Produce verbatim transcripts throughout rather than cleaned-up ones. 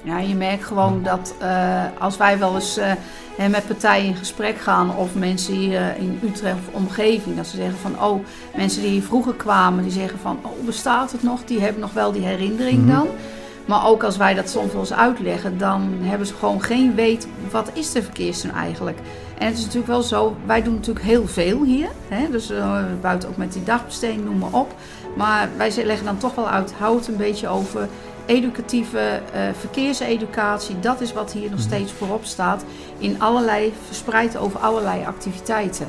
Ja, je merkt gewoon dat uh, als wij wel eens uh, met partijen in gesprek gaan of mensen hier uh, in Utrecht of omgeving, dat ze zeggen van oh, mensen die hier vroeger kwamen, die zeggen van oh, bestaat het nog? Die hebben nog wel die herinnering mm-hmm. dan. Maar ook als wij dat soms wel eens uitleggen, dan hebben ze gewoon geen weet, wat is de verkeerstuin eigenlijk? En het is natuurlijk wel zo, wij doen natuurlijk heel veel hier. Hè? Dus uh, buiten ook met die dagbesteding, noem maar op. Maar wij leggen dan toch wel uit, hou het een beetje over educatieve uh, verkeerseducatie. Dat is wat hier nog steeds voorop staat. In allerlei, verspreid over allerlei activiteiten.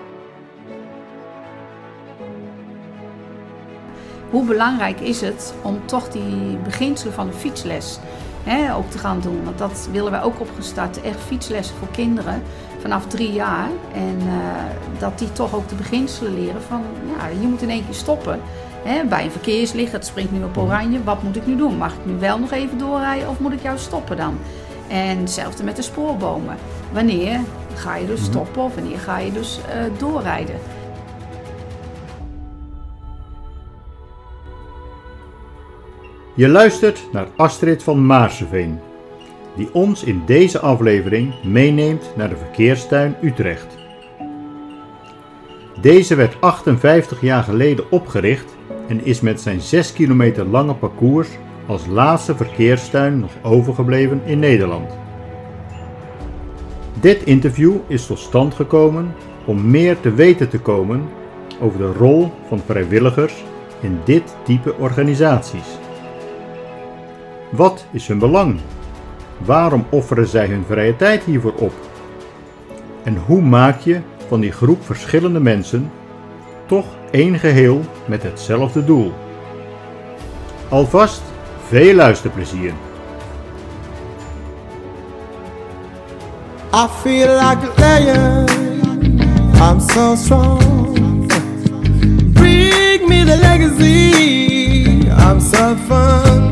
Hoe belangrijk is het om toch die beginselen van de fietsles hè, ook te gaan doen? Want dat willen wij ook opgestart. Echt fietslessen voor kinderen vanaf drie jaar. En uh, dat die toch ook de beginselen leren van, ja, je moet in één keer stoppen. Hè, bij een verkeerslicht, het springt nu op oranje. Wat moet ik nu doen? Mag ik nu wel nog even doorrijden of moet ik juist stoppen dan? En hetzelfde met de spoorbomen. Wanneer ga je dus stoppen of wanneer ga je dus uh, doorrijden? Je luistert naar Astrid van Maarseveen, die ons in deze aflevering meeneemt naar de Verkeerstuin Utrecht. Deze werd achtenvijftig jaar geleden opgericht en is met zijn zes kilometer lange parcours als laatste verkeerstuin nog overgebleven in Nederland. Dit interview is tot stand gekomen om meer te weten te komen over de rol van vrijwilligers in dit type organisaties. Wat is hun belang? Waarom offeren zij hun vrije tijd hiervoor op? En hoe maak je van die groep verschillende mensen toch één geheel met hetzelfde doel? Alvast veel luisterplezier. I feel like a lion, I'm so strong. Bring me the legacy, I'm so fun.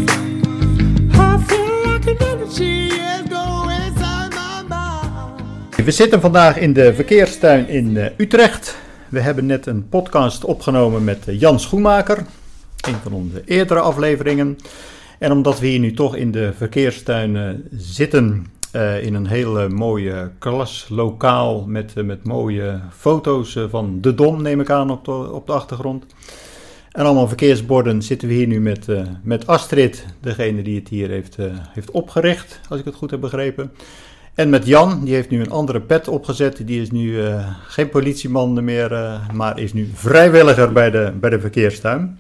We zitten vandaag in de verkeerstuin in uh, Utrecht. We hebben net een podcast opgenomen met uh, Jan Schoenmaker, een van onze eerdere afleveringen. En omdat we hier nu toch in de verkeerstuin uh, zitten, uh, in een heel mooie klaslokaal met, uh, met mooie foto's uh, van de Dom, neem ik aan, op de, op de achtergrond. En allemaal verkeersborden, zitten we hier nu met, uh, met Astrid, degene die het hier heeft, uh, heeft opgericht, als ik het goed heb begrepen. En met Jan, die heeft nu een andere pet opgezet. Die is nu uh, geen politieman meer, uh, maar is nu vrijwilliger bij de, bij de verkeerstuin.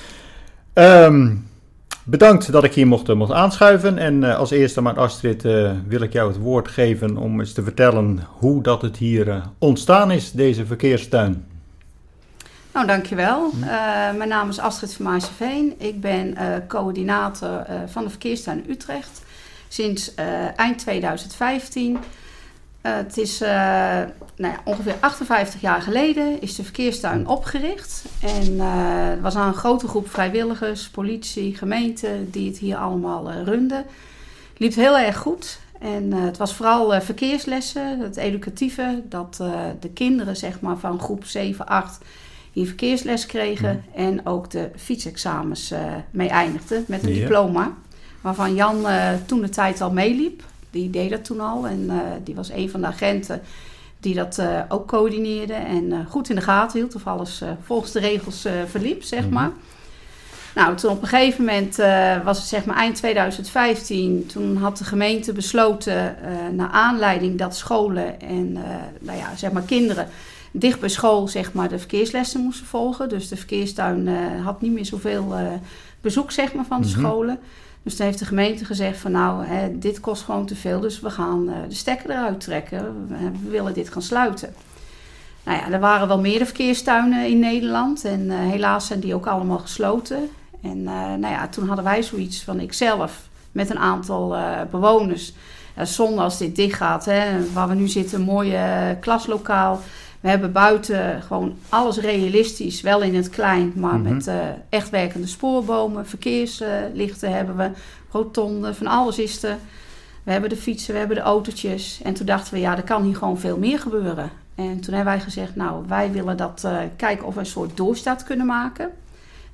Um, bedankt dat ik hier mocht, mocht aanschuiven. En uh, als eerste, maar Astrid, uh, wil ik jou het woord geven om eens te vertellen hoe dat het hier uh, ontstaan is, deze verkeerstuin. Nou, dankjewel. Uh, mijn naam is Astrid van Maarseveen. Ik ben uh, coördinator uh, van de verkeerstuin Utrecht. Sinds uh, eind tweeduizend vijftien. Uh, het is uh, nou ja, ongeveer achtenvijftig jaar geleden is de verkeerstuin opgericht. En uh, er was een grote groep vrijwilligers, politie, gemeente die het hier allemaal uh, runden. Het liep heel erg goed. En uh, het was vooral uh, verkeerslessen, het educatieve. Dat uh, de kinderen zeg maar, van groep zeven, acht hier verkeersles kregen. Mm. En ook de fietsexamens uh, mee eindigden met een ja. diploma. Waarvan Jan uh, toen de tijd al meeliep. Die deed dat toen al. En uh, die was een van de agenten die dat uh, ook coördineerde. En uh, goed in de gaten hield of alles uh, volgens de regels uh, verliep, zeg mm-hmm. maar. Nou, toen op een gegeven moment uh, was het zeg maar eind tweeduizend vijftien. Toen had de gemeente besloten, uh, naar aanleiding dat scholen en uh, nou ja, zeg maar kinderen dicht bij school zeg maar, de verkeerslessen moesten volgen. Dus de verkeerstuin uh, had niet meer zoveel uh, bezoek zeg maar, van de mm-hmm. scholen. Dus toen heeft de gemeente gezegd van nou, hè, dit kost gewoon te veel, dus we gaan uh, de stekker eruit trekken. We, we willen dit gaan sluiten. Nou ja, er waren wel meerdere verkeerstuinen in Nederland en uh, helaas zijn die ook allemaal gesloten. En uh, nou ja, toen hadden wij zoiets van ikzelf met een aantal uh, bewoners. Uh, zonde als dit dicht gaat, hè, waar we nu zitten, een mooie uh, klaslokaal. We hebben buiten gewoon alles realistisch, wel in het klein, maar mm-hmm. met uh, echt werkende spoorbomen, verkeerslichten uh, hebben we, rotonde, van alles is er. We hebben de fietsen, we hebben de autootjes. En toen dachten we, ja, er kan hier gewoon veel meer gebeuren. En toen hebben wij gezegd, nou, wij willen dat uh, kijken of we een soort doorstart kunnen maken.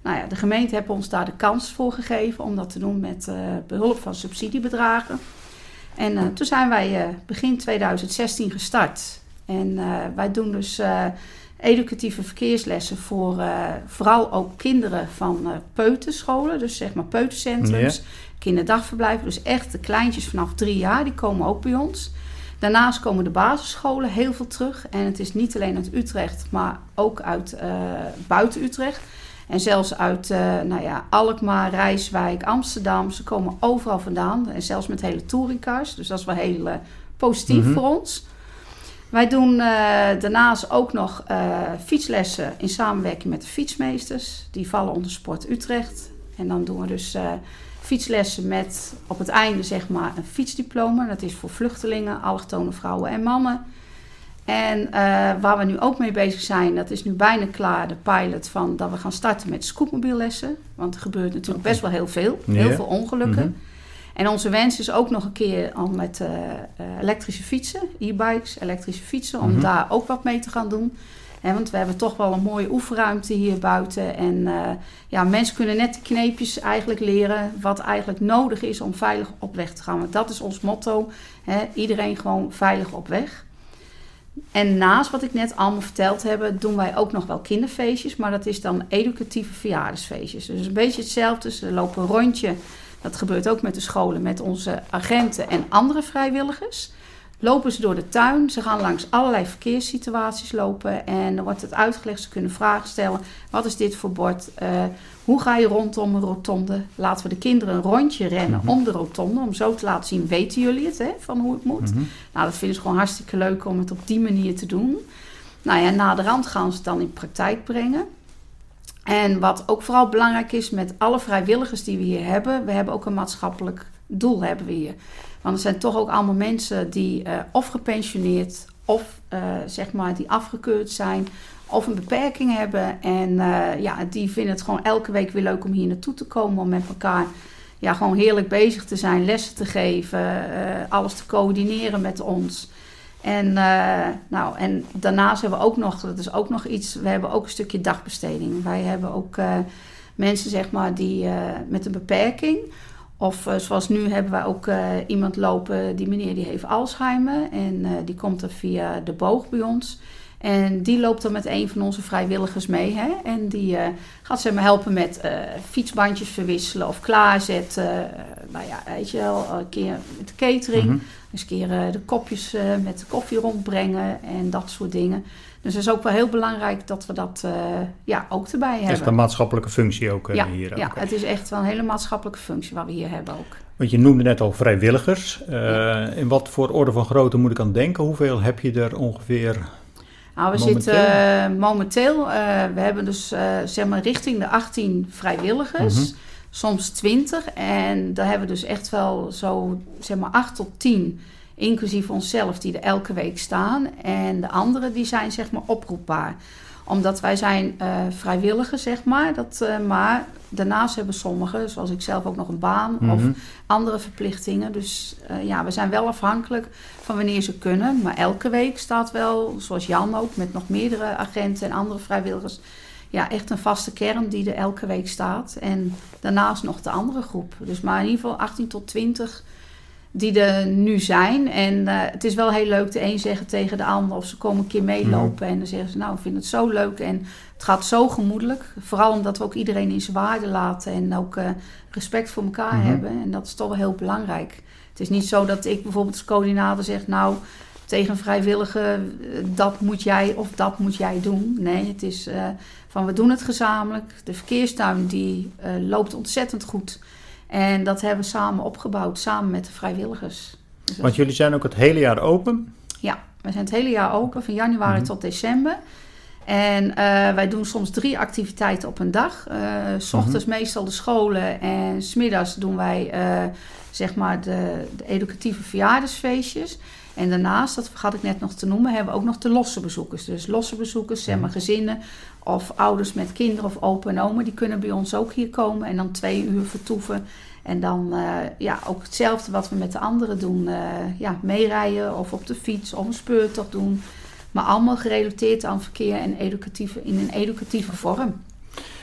Nou ja, de gemeente heeft ons daar de kans voor gegeven om dat te doen met uh, behulp van subsidiebedragen. En uh, toen zijn wij uh, begin tweeduizend zestien gestart. En uh, wij doen dus uh, educatieve verkeerslessen voor uh, vooral ook kinderen van uh, peuterscholen. Dus zeg maar peutercentrums, ja. kinderdagverblijven. Dus echt de kleintjes vanaf drie jaar, die komen ook bij ons. Daarnaast komen de basisscholen heel veel terug. En het is niet alleen uit Utrecht, maar ook uit uh, buiten Utrecht. En zelfs uit uh, nou ja, Alkmaar, Rijswijk, Amsterdam. Ze komen overal vandaan. En zelfs met hele touringcars. Dus dat is wel heel uh, positief mm-hmm. voor ons. Wij doen uh, daarnaast ook nog uh, fietslessen in samenwerking met de fietsmeesters. Die vallen onder Sport Utrecht. En dan doen we dus uh, fietslessen met op het einde zeg maar een fietsdiploma. Dat is voor vluchtelingen, allochtone vrouwen en mannen. En uh, waar we nu ook mee bezig zijn, dat is nu bijna klaar, de pilot van dat we gaan starten met scootmobiellessen. Want er gebeurt natuurlijk okay. best wel heel veel, heel ja. veel ongelukken. Mm-hmm. En onze wens is ook nog een keer al met uh, uh, elektrische fietsen, e-bikes, elektrische fietsen, om mm-hmm. daar ook wat mee te gaan doen. He, want we hebben toch wel een mooie oefenruimte hier buiten. En uh, ja, mensen kunnen net de kneepjes eigenlijk leren wat eigenlijk nodig is om veilig op weg te gaan. Want dat is ons motto, he, iedereen gewoon veilig op weg. En naast wat ik net allemaal verteld heb, doen wij ook nog wel kinderfeestjes. Maar dat is dan educatieve verjaardagsfeestjes. Dus een beetje hetzelfde. Ze lopen een rondje. Dat gebeurt ook met de scholen, met onze agenten en andere vrijwilligers. Lopen ze door de tuin. Ze gaan langs allerlei verkeerssituaties lopen. En dan wordt het uitgelegd. Ze kunnen vragen stellen. Wat is dit voor bord? Uh, hoe ga je rondom een rotonde? Laten we de kinderen een rondje rennen mm-hmm. om de rotonde. Om zo te laten zien, weten jullie het, hè, van hoe het moet? Mm-hmm. Nou, dat vinden ze gewoon hartstikke leuk om het op die manier te doen. Nou ja, naderhand gaan ze het dan in praktijk brengen. En wat ook vooral belangrijk is met alle vrijwilligers die we hier hebben. We hebben ook een maatschappelijk doel hebben we hier. Want er zijn toch ook allemaal mensen die uh, of gepensioneerd of uh, zeg maar die afgekeurd zijn of een beperking hebben. En uh, ja, die vinden het gewoon elke week weer leuk om hier naartoe te komen. Om met elkaar ja, gewoon heerlijk bezig te zijn, lessen te geven, uh, alles te coördineren met ons. En, uh, nou, en daarnaast hebben we ook nog, dat is ook nog iets, we hebben ook een stukje dagbesteding. Wij hebben ook uh, mensen zeg maar die uh, met een beperking. Of uh, zoals nu hebben wij ook uh, iemand lopen, die meneer die heeft Alzheimer. En uh, die komt er via de boog bij ons. En die loopt dan met een van onze vrijwilligers mee. Hè? En die uh, gaat ze me helpen met uh, fietsbandjes verwisselen of klaarzetten. Uh, nou ja, weet je wel, een keer met de catering. Mm-hmm. Dus een keer uh, de kopjes uh, met de koffie rondbrengen en dat soort dingen. Dus het is ook wel heel belangrijk dat we dat uh, ja, ook erbij hebben. Is dat een maatschappelijke functie ook uh, ja, hier? Ook. Ja, het is echt wel een hele maatschappelijke functie wat we hier hebben ook. Want je noemde net al vrijwilligers. Uh, ja. In wat voor orde van grootte moet ik aan denken? Hoeveel heb je er ongeveer? Nou, we momenteel? zitten uh, momenteel, uh, we hebben dus uh, zeg maar richting de achttien vrijwilligers, mm-hmm. soms twintig. En daar hebben we dus echt wel zo zeg maar acht tot tien, inclusief onszelf, die er elke week staan. En de anderen die zijn zeg maar oproepbaar. Omdat wij zijn uh, vrijwilligers, zeg maar. Dat, uh, maar daarnaast hebben sommigen, zoals ik zelf, ook nog een baan mm-hmm. of andere verplichtingen. Dus uh, ja, we zijn wel afhankelijk van wanneer ze kunnen. Maar elke week staat wel, zoals Jan ook, met nog meerdere agenten en andere vrijwilligers, ja, echt een vaste kern die er elke week staat. En daarnaast nog de andere groep. Dus maar in ieder geval achttien tot twintig die er nu zijn. En uh, het is wel heel leuk, de een zeggen tegen de ander, of ze komen een keer meelopen. Mm. En dan zeggen ze, nou, ik vind het zo leuk. En het gaat zo gemoedelijk. Vooral omdat we ook iedereen in zijn waarde laten. En ook uh, respect voor elkaar mm-hmm. hebben. En dat is toch wel heel belangrijk. Het is niet zo dat ik bijvoorbeeld als coördinator zeg, nou, tegen een vrijwilliger, dat moet jij of dat moet jij doen. Nee, het is uh, van, we doen het gezamenlijk. De verkeerstuin, die uh, loopt ontzettend goed. En dat hebben we samen opgebouwd, samen met de vrijwilligers. Dus Want jullie zijn ook het hele jaar open? Ja, we zijn het hele jaar open, van januari mm-hmm. tot december. En uh, wij doen soms drie activiteiten op een dag. Uh, 's ochtends mm-hmm. meestal de scholen en 's middags doen wij uh, zeg maar de, de educatieve verjaardagsfeestjes. En daarnaast, dat vergat ik net nog te noemen, hebben we ook nog de losse bezoekers. Dus losse bezoekers, zeg maar gezinnen of ouders met kinderen of opa en oma, die kunnen bij ons ook hier komen en dan twee uur vertoeven. En dan uh, ja, ook hetzelfde wat we met de anderen doen. Uh, ja, meerijden of op de fiets of een speurtocht doen. Maar allemaal gerelateerd aan verkeer en educatieve, in een educatieve vorm.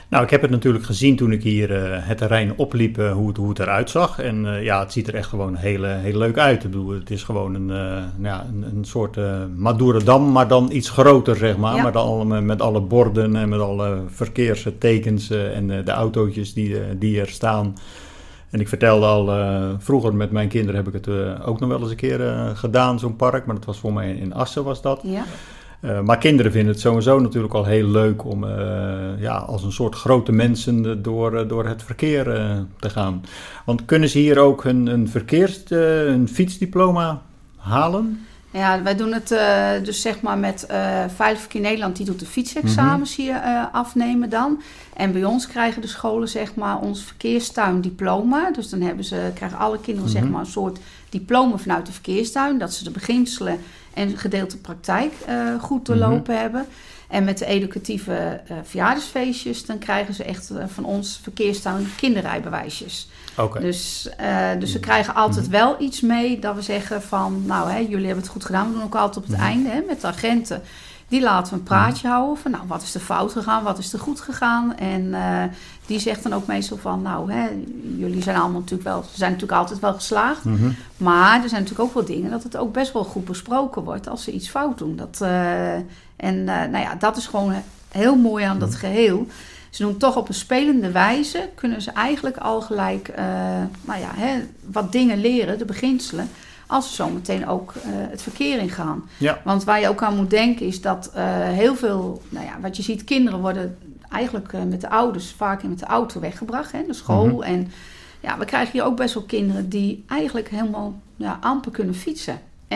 Nou, ik heb het natuurlijk gezien toen ik hier uh, het terrein opliep, uh, hoe, het, hoe het eruit zag. En uh, ja, het ziet er echt gewoon heel, heel leuk uit. Ik bedoel, het is gewoon een, uh, ja, een, een soort uh, Madurodam, maar dan iets groter, zeg maar. Ja. Maar dan met alle borden en met alle verkeerstekens uh, en uh, de autootjes die, uh, die er staan. En ik vertelde al, uh, vroeger met mijn kinderen heb ik het uh, ook nog wel eens een keer uh, gedaan, zo'n park. Maar dat was voor mij in Assen was dat. Ja. Uh, maar kinderen vinden het sowieso natuurlijk al heel leuk om uh, ja, als een soort grote mensen door, door het verkeer uh, te gaan. Want kunnen ze hier ook hun, hun verkeers, uh, hun fietsdiploma halen? Ja, wij doen het uh, dus zeg maar met uh, Veilig Verkeer Nederland, die doet de fietsexamens mm-hmm. hier uh, afnemen dan. En bij ons krijgen de scholen zeg maar ons verkeerstuindiploma. Dus dan hebben ze, krijgen alle kinderen mm-hmm. zeg maar een soort diploma vanuit de verkeerstuin. Dat ze de beginselen en gedeelte praktijk uh, goed doorlopen mm-hmm. hebben. En met de educatieve uh, verjaardagsfeestjes, dan krijgen ze echt uh, van ons verkeerstuin kinderrijbewijsjes. Okay. Dus, uh, dus we krijgen altijd mm-hmm. wel iets mee dat we zeggen van, nou hè, jullie hebben het goed gedaan. We doen ook altijd op het mm-hmm. einde hè, met de agenten. Die laten we een praatje mm-hmm. houden van, nou, wat is er fout gegaan, wat is er goed gegaan. En uh, die zegt dan ook meestal van, nou, hè, jullie zijn allemaal natuurlijk wel, zijn natuurlijk altijd wel geslaagd. Mm-hmm. Maar er zijn natuurlijk ook wel dingen dat het ook best wel goed besproken wordt als ze iets fout doen. Dat, uh, en uh, nou ja, dat is gewoon heel mooi aan dat geheel. Ze doen toch op een spelende wijze, kunnen ze eigenlijk al gelijk uh, nou ja, hè, wat dingen leren, de beginselen, als ze zometeen ook uh, het verkeer ingaan. Ja. Want waar je ook aan moet denken is dat uh, heel veel, nou ja, wat je ziet, kinderen worden eigenlijk uh, met de ouders vaak met de auto weggebracht, hè, de school. Mm-hmm. En ja, we krijgen hier ook best wel kinderen die eigenlijk helemaal ja, amper kunnen fietsen.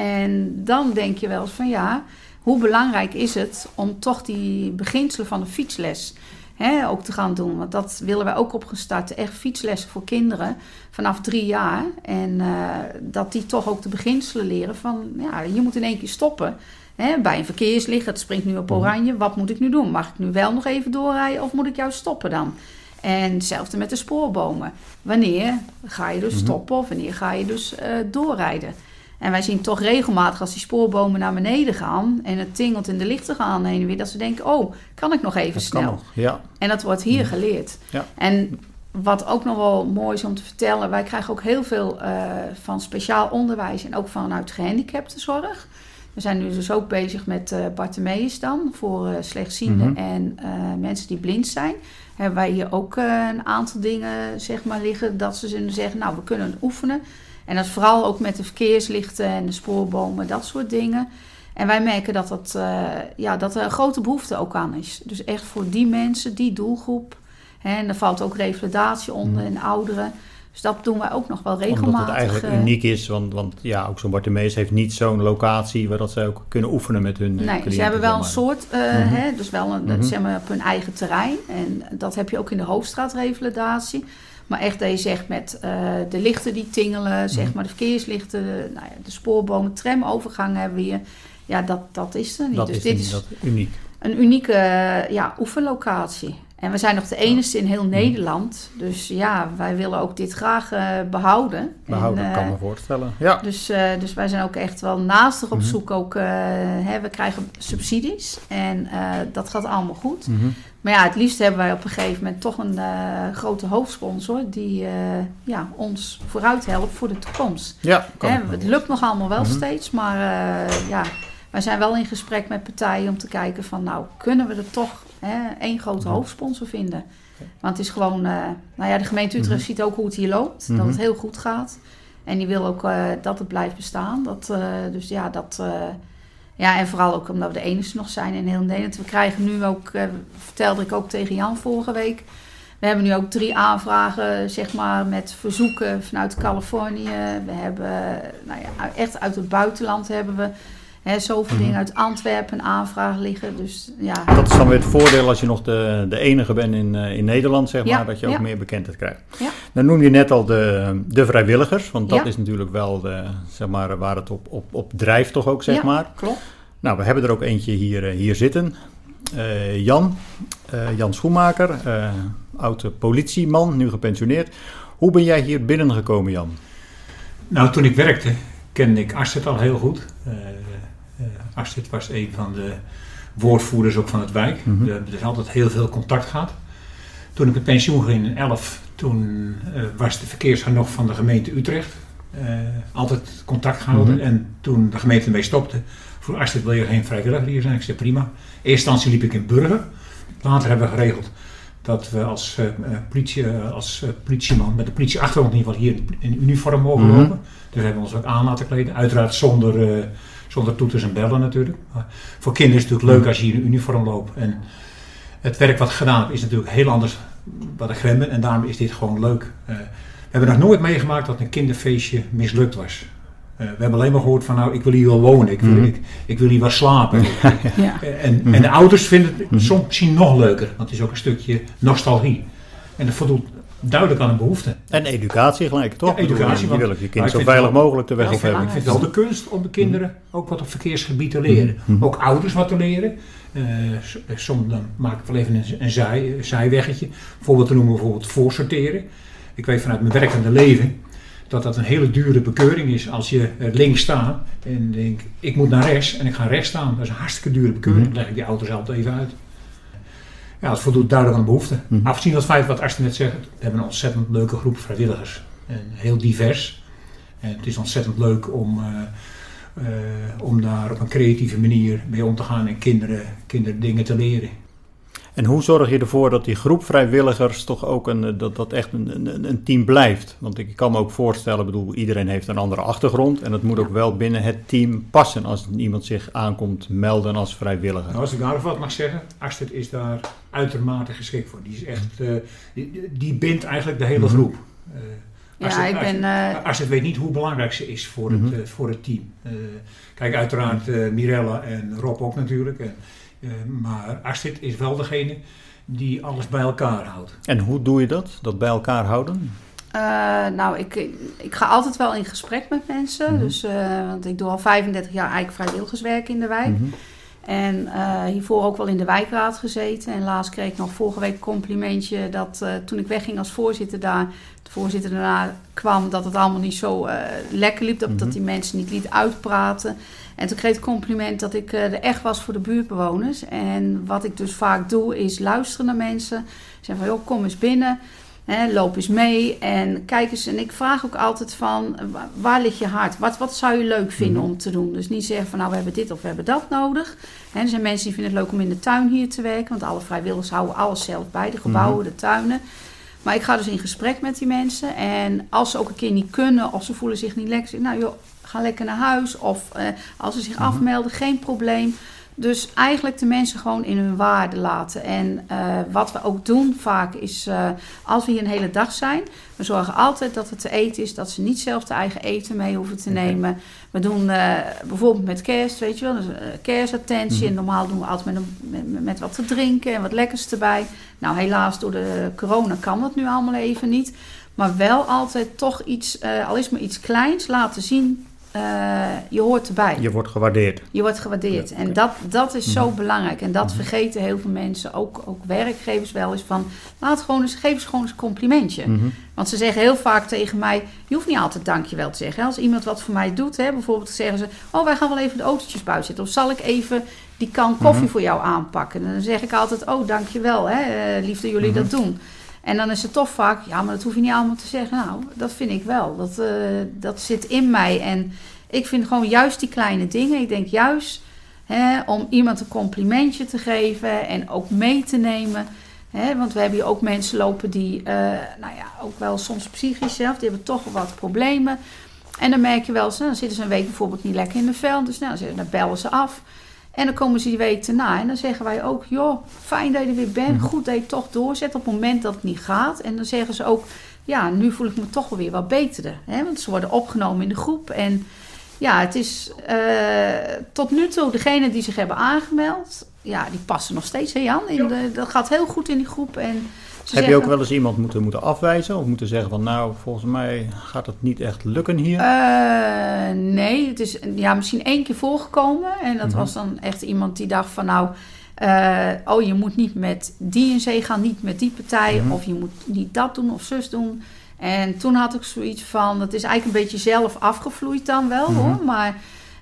En dan denk je wel eens van ja, hoe belangrijk is het om toch die beginselen van de fietsles He, ook te gaan doen. Want dat willen wij ook opgestart. Echt fietslessen voor kinderen vanaf drie jaar. En uh, dat die toch ook de beginselen leren van, ja, je moet in één keer stoppen. He, bij een verkeerslicht, het springt nu op oranje. Wat moet ik nu doen? Mag ik nu wel nog even doorrijden of moet ik juist stoppen dan? En hetzelfde met de spoorbomen. Wanneer ga je dus stoppen of wanneer ga je dus uh, doorrijden? En wij zien toch regelmatig als die spoorbomen naar beneden gaan en het tingelt in de lichten gaan heen en weer, dat ze denken, oh, kan ik nog even dat snel? Nog, ja. En dat wordt hier ja. geleerd. Ja. En wat ook nog wel mooi is om te vertellen, wij krijgen ook heel veel uh, van speciaal onderwijs en ook vanuit gehandicaptenzorg. We zijn nu dus ook bezig met uh, Bartimeus dan, voor uh, slechtzienden mm-hmm. en uh, mensen die blind zijn. Hebben wij hier ook uh, een aantal dingen zeg maar liggen dat ze zullen zeggen, nou, we kunnen oefenen. En dat is vooral ook met de verkeerslichten en de spoorbomen, dat soort dingen. En wij merken dat, dat, uh, ja, dat er een grote behoefte ook aan is. Dus echt voor die mensen, die doelgroep. Hè, en er valt ook revalidatie onder mm. en ouderen. Dus dat doen wij ook nog wel regelmatig. Omdat het eigenlijk uh, uniek is, want, want ja, ook zo'n Bartimeus heeft niet zo'n locatie waar dat zij ook kunnen oefenen met hun nee, cliënten. Ze hebben wel een soort, uh, mm-hmm. hè, dus wel een, mm-hmm. zeg maar op hun eigen terrein. En dat heb je ook in de Hoofdstraatrevalidatie. Maar echt dat je zegt met uh, de lichten die tingelen, zeg maar de verkeerslichten, de, nou ja, de spoorbomen, tramovergang hebben we hier. Ja, dat, dat is er niet. Dat dus is dit een, is dat uniek. Een unieke uh, ja, oefenlocatie. En we zijn nog de enige in heel Nederland. Dus ja, wij willen ook dit graag uh, behouden. Behouden, en, uh, kan me voorstellen. Ja. Dus, uh, dus wij zijn ook echt wel naastig op zoek. Ook, uh, hè, we krijgen subsidies en uh, dat gaat allemaal goed. Mm-hmm. Maar ja, het liefst hebben wij op een gegeven moment toch een uh, grote hoofdsponsor die uh, ja, ons vooruit helpt voor de toekomst. Ja, kan hè, het lukt nog allemaal wel mm-hmm. steeds, maar uh, ja, wij zijn wel in gesprek met partijen om te kijken van nou, kunnen we er toch hè, één grote mm-hmm. hoofdsponsor vinden? Want het is gewoon, uh, nou ja, de gemeente Utrecht mm-hmm. ziet ook hoe het hier loopt, mm-hmm. dat het heel goed gaat. En die wil ook uh, dat het blijft bestaan. Dat, uh, dus ja, dat... Uh, Ja, en vooral ook omdat we de enige nog zijn in heel Nederland. We krijgen nu ook, uh, vertelde ik ook tegen Jan vorige week. We hebben nu ook drie aanvragen, zeg maar, met verzoeken vanuit Californië. We hebben, nou ja, echt uit het buitenland hebben we hè, zoveel mm-hmm. dingen uit Antwerpen aanvragen liggen. Dus, ja. Dat is dan weer het voordeel als je nog de, de enige bent in, uh, in Nederland, zeg maar, ja, dat je ook ja. meer bekendheid krijgt. Ja. Dan noem je net al de, de vrijwilligers, want dat ja. is natuurlijk wel de, zeg maar, waar het op, op, op drijft toch ook, zeg ja, maar. Klopt. Nou, we hebben er ook eentje hier, uh, hier zitten. Uh, Jan, uh, Jan Schoenmaker, uh, oud politieman, nu gepensioneerd. Hoe ben jij hier binnengekomen, Jan? Nou, toen ik werkte, kende ik Astrid al heel goed. Uh, uh, Astrid was een van de woordvoerders ook van het wijk. Mm-hmm. We hebben dus altijd heel veel contact gehad. Toen ik met pensioen ging in elf, toen uh, was de verkeersgang nog van de gemeente Utrecht. Uh, altijd contact gehouden. Mm-hmm. En toen de gemeente ermee stopte, vroeg Astrid, wil je geen vrijwilliger hier zijn? Ik zei prima. In eerste instantie liep ik in Burger. Later hebben we geregeld dat we als, uh, politie, uh, als uh, politieman met de politieachtergrond in ieder geval hier in, in uniform mogen mm-hmm. lopen. Dus we hebben ons ook aan laten kleden. Uiteraard zonder, uh, zonder toeters en bellen natuurlijk. Maar voor kinderen is het natuurlijk leuk als je hier in uniform loopt. En het werk wat ik gedaan heb is natuurlijk heel anders wat ik gewend ben. En daarom is dit gewoon leuk. Uh, we hebben nog nooit meegemaakt dat een kinderfeestje mislukt was. Uh, we hebben alleen maar gehoord van nou, ik wil hier wel wonen, ik wil, mm-hmm. ik, ik wil hier wel slapen. ja. en, mm-hmm. en de ouders vinden het mm-hmm. soms misschien nog leuker, want het is ook een stukje nostalgie. En dat voldoet duidelijk aan een behoefte. En educatie gelijk, toch? Ja, educatie. Je wil je kind zo veilig wel, mogelijk de weg op hebben. Ik vind het wel de kunst om de kinderen mm-hmm. ook wat op verkeersgebied te leren. Mm-hmm. Ook ouders wat te leren. Uh, soms dan maak ik wel even een, een, zij, een zijweggetje. Bijvoorbeeld te noemen bijvoorbeeld voorsorteren. Ik weet vanuit mijn werkende leven dat dat een hele dure bekeuring is als je links staat en denkt, ik moet naar rechts en ik ga rechts staan. Dat is een hartstikke dure bekeuring. Dan leg ik die auto's altijd even uit. Ja, het voldoet duidelijk aan de behoefte. Mm-hmm. Afgezien van het feit wat Astrid net zegt, we hebben een ontzettend leuke groep vrijwilligers. En heel divers. En het is ontzettend leuk om, uh, uh, om daar op een creatieve manier mee om te gaan en kinderen, kinderen dingen te leren. En hoe zorg je ervoor dat die groep vrijwilligers toch ook een, dat, dat echt een, een, een team blijft? Want ik kan me ook voorstellen, bedoel, iedereen heeft een andere achtergrond en het moet ook wel binnen het team passen als iemand zich aankomt melden als vrijwilliger. Nou, als ik daar wat mag zeggen, Astrid is daar uitermate geschikt voor. Die is echt, uh, die, die bindt eigenlijk de hele groep. Uh, Astrid, ja, ik ben... Uh... Astrid weet niet hoe belangrijk ze is voor, mm-hmm. het, uh, voor het team. Uh, kijk, uiteraard uh, Mirella en Rob ook natuurlijk. En, Uh, maar Astrid is wel degene die alles bij elkaar houdt. En hoe doe je dat, dat bij elkaar houden? Uh, nou, ik, ik ga altijd wel in gesprek met mensen. Mm-hmm. Dus, uh, want ik doe al vijfendertig jaar eigenlijk vrijwilligerswerk in de wijk. Mm-hmm. En uh, hiervoor ook wel in de wijkraad gezeten. En laatst kreeg ik nog vorige week een complimentje dat uh, toen ik wegging als voorzitter daar, de voorzitter daarna kwam, dat het allemaal niet zo uh, lekker liep. Dat, mm-hmm. dat die mensen niet liet uitpraten. En toen kreeg ik het compliment dat ik uh, er echt was voor de buurtbewoners. En wat ik dus vaak doe is luisteren naar mensen. Zeggen van, joh, kom eens binnen. Hè, loop eens mee en kijk eens. En ik vraag ook altijd van, waar ligt je hart? Wat, wat zou je leuk vinden mm-hmm. om te doen? Dus niet zeggen van, nou, we hebben dit of we hebben dat nodig. Hè, er zijn mensen die vinden het leuk om in de tuin hier te werken. Want alle vrijwilligers houden alles zelf bij. De gebouwen, mm-hmm. de tuinen. Maar ik ga dus in gesprek met die mensen. En als ze ook een keer niet kunnen of ze voelen zich niet lekker. Zeg, nou joh, ga lekker naar huis. Of uh, als ze zich mm-hmm. afmelden, geen probleem. Dus eigenlijk de mensen gewoon in hun waarde laten. En uh, wat we ook doen vaak is, uh, als we hier een hele dag zijn, we zorgen altijd dat het te eten is, dat ze niet zelf de eigen eten mee hoeven te nemen. We doen uh, bijvoorbeeld met kerst, weet je wel, dus, uh, kerstattentie. Mm-hmm. En normaal doen we altijd met, een, met, met wat te drinken en wat lekkers erbij. Nou, helaas door de corona kan dat nu allemaal even niet. Maar wel altijd toch iets, uh, al is maar iets kleins, laten zien. Uh, je hoort erbij. Je wordt gewaardeerd. Je wordt gewaardeerd. Ja, okay. En dat, dat is mm-hmm. zo belangrijk. En dat mm-hmm. vergeten heel veel mensen, ook, ook werkgevers wel eens van, laat gewoon eens, geef eens gewoon eens een complimentje. Mm-hmm. Want ze zeggen heel vaak tegen mij, je hoeft niet altijd dankjewel te zeggen. Als iemand wat voor mij doet, hè, bijvoorbeeld zeggen ze, oh, wij gaan wel even de autootjes buiten zetten. Of zal ik even die kan koffie mm-hmm. voor jou aanpakken? En dan zeg ik altijd, oh, dankjewel, hè, lief dat jullie mm-hmm. dat doen. En dan is het toch vaak, ja, maar dat hoef je niet allemaal te zeggen. Nou, dat vind ik wel. Dat, uh, dat zit in mij. En ik vind gewoon juist die kleine dingen. Ik denk juist hè, om iemand een complimentje te geven en ook mee te nemen. Hè, want we hebben hier ook mensen lopen die, uh, nou ja, ook wel soms psychisch zelf. Die hebben toch wel wat problemen. En dan merk je wel, dan zitten ze een week bijvoorbeeld niet lekker in de vel. Dus nou, dan bellen ze af. En dan komen ze die week erna en dan zeggen wij ook, joh, fijn dat je er weer bent, goed dat je toch doorzet op het moment dat het niet gaat. En dan zeggen ze ook, ja, nu voel ik me toch wel weer wat beter. Hè? Want ze worden opgenomen in de groep. En ja, het is uh, tot nu toe, degene die zich hebben aangemeld, ja, die passen nog steeds, hè Jan? In de, dat gaat heel goed in die groep. En Heb zeggen, je ook wel eens iemand moeten, moeten afwijzen of moeten zeggen van, nou, volgens mij gaat het niet echt lukken hier? Uh, nee, het is ja, misschien één keer voorgekomen. En dat mm-hmm. was dan echt iemand die dacht van, nou, uh, oh, je moet niet met die in zee gaan, niet met die partij. Mm-hmm. Of je moet niet dat doen of zus doen. En toen had ik zoiets van, dat is eigenlijk een beetje zelf afgevloeid dan wel, mm-hmm. hoor. Maar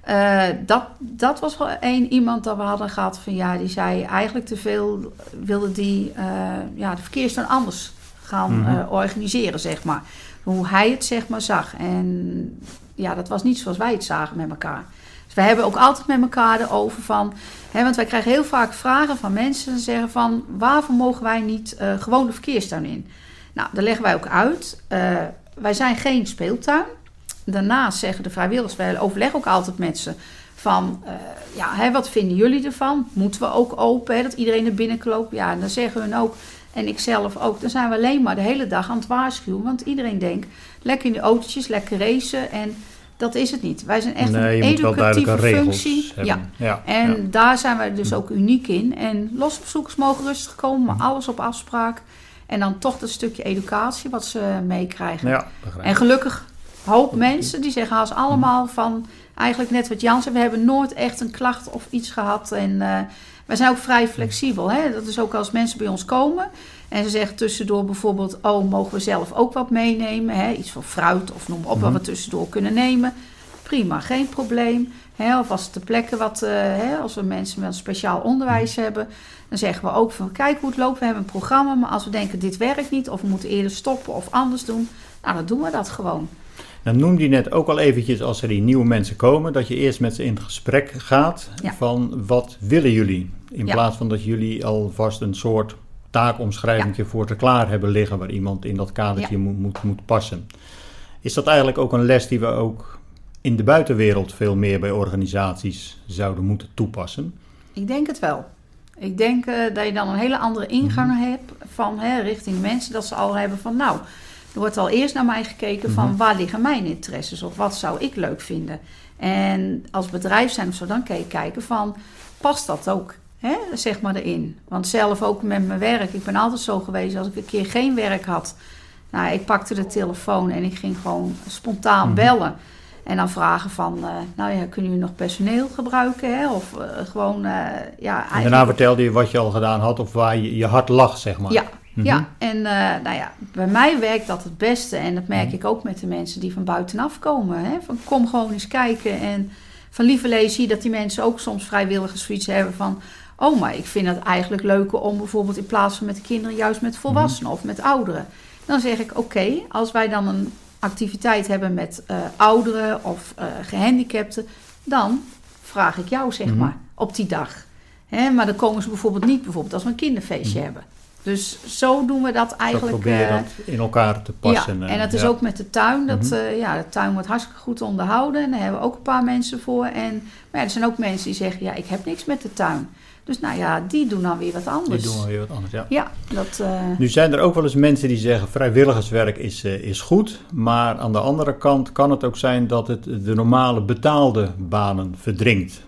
Uh, dat, dat was wel één iemand dat we hadden gehad van ja, die zei eigenlijk te veel, wilde die uh, ja, de verkeerssteun anders gaan mm-hmm. uh, organiseren, zeg maar. Hoe hij het zeg maar zag. En ja, dat was niet zoals wij het zagen met elkaar. Dus we hebben ook altijd met elkaar erover van, hè, want wij krijgen heel vaak vragen van mensen die zeggen van waarvoor mogen wij niet uh, gewoon de verkeerstuin in? Nou, daar leggen wij ook uit. Uh, wij zijn geen speeltuin. Daarnaast zeggen de vrijwilligers, wij overleggen ook altijd met ze van, uh, ja, hè, wat vinden jullie ervan? Moeten we ook open, hè, dat iedereen er binnen kan lopen? Ja, en dan zeggen hun ook, en ik zelf ook, dan zijn we alleen maar de hele dag aan het waarschuwen. Want iedereen denkt, lekker in de autootjes, lekker racen en dat is het niet. Wij zijn echt nee, een educatieve functie. Ja. Ja. En ja. daar zijn wij dus ook uniek in. En losbezoekers mogen rustig komen, maar alles op afspraak. En dan toch dat stukje educatie wat ze meekrijgen. Ja, en gelukkig hoop mensen die zeggen als allemaal van, eigenlijk net wat Jan zei, we hebben nooit echt een klacht of iets gehad. En uh, wij zijn ook vrij flexibel. Hè? Dat is ook als mensen bij ons komen en ze zeggen tussendoor bijvoorbeeld, oh, mogen we zelf ook wat meenemen? Hè? Iets van fruit of noem maar op, mm-hmm. wat we tussendoor kunnen nemen. Prima, geen probleem. Hè? Of als het ter plekke wat, uh, hè? als we mensen met een speciaal onderwijs hebben, dan zeggen we ook van, kijk hoe het loopt, we hebben een programma, maar als we denken dit werkt niet of we moeten eerder stoppen of anders doen, nou dan doen we dat gewoon. Dan noemde je net ook al eventjes als er die nieuwe mensen komen, dat je eerst met ze in het gesprek gaat ja. van wat willen jullie? In ja. plaats van dat jullie alvast een soort taakomschrijving ja. voor te klaar hebben liggen waar iemand in dat kadertje ja. moet, moet, moet passen. Is dat eigenlijk ook een les die we ook in de buitenwereld veel meer bij organisaties zouden moeten toepassen? Ik denk het wel. Ik denk uh, dat je dan een hele andere ingang mm-hmm. hebt van hè, richting mensen, dat ze al hebben van nou, er wordt al eerst naar mij gekeken van mm-hmm. waar liggen mijn interesses of wat zou ik leuk vinden. En als bedrijf zijn of zo, dan kan je kijken van past dat ook, hè, zeg maar erin. Want zelf ook met mijn werk, ik ben altijd zo geweest als ik een keer geen werk had. Nou, ik pakte de telefoon en ik ging gewoon spontaan mm-hmm. bellen. En dan vragen van, uh, nou ja, kunnen jullie nog personeel gebruiken? Hè? Of uh, gewoon, uh, ja... Eigenlijk... En daarna vertelde je wat je al gedaan had of waar je, je hart lag, zeg maar. Ja, mm-hmm. ja. En uh, nou ja, bij mij werkt dat het beste. En dat merk mm-hmm. ik ook met de mensen die van buitenaf komen. Hè? Van kom gewoon eens kijken. En van lieverlee zie je dat die mensen ook soms vrijwilligers zoiets hebben van, oh, maar ik vind het eigenlijk leuker om bijvoorbeeld in plaats van met de kinderen juist met volwassenen mm-hmm. of met ouderen. Dan zeg ik, oké, okay, als wij dan een activiteit hebben met uh, ouderen of uh, gehandicapten, dan vraag ik jou, zeg mm-hmm. maar, op die dag. Hè, maar dan komen ze bijvoorbeeld niet, bijvoorbeeld als we een kinderfeestje mm-hmm. hebben. Dus zo doen we dat eigenlijk. Zo probeer je uh, dat in elkaar te passen. Ja, en dat is ja. ook met de tuin. Dat, mm-hmm. uh, ja, de tuin wordt hartstikke goed onderhouden. En daar hebben we ook een paar mensen voor. En, maar ja, er zijn ook mensen die zeggen, ja, ik heb niks met de tuin. Dus nou ja, die doen dan weer wat anders. Die doen dan weer wat anders, ja. Ja, dat, uh... Nu zijn er ook wel eens mensen die zeggen, vrijwilligerswerk is, uh, is goed. Maar aan de andere kant kan het ook zijn dat het de normale betaalde banen verdringt.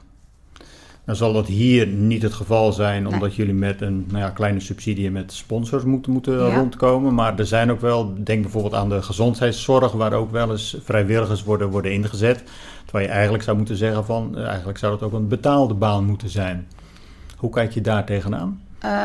Dan zal dat hier niet het geval zijn, omdat nee. jullie met een nou ja, kleine subsidie met sponsors moeten, moeten ja. rondkomen. Maar er zijn ook wel, denk bijvoorbeeld aan de gezondheidszorg, waar ook wel eens vrijwilligers worden, worden ingezet. Terwijl je eigenlijk zou moeten zeggen van, uh, eigenlijk zou het ook een betaalde baan moeten zijn. Hoe kijk je daar tegenaan?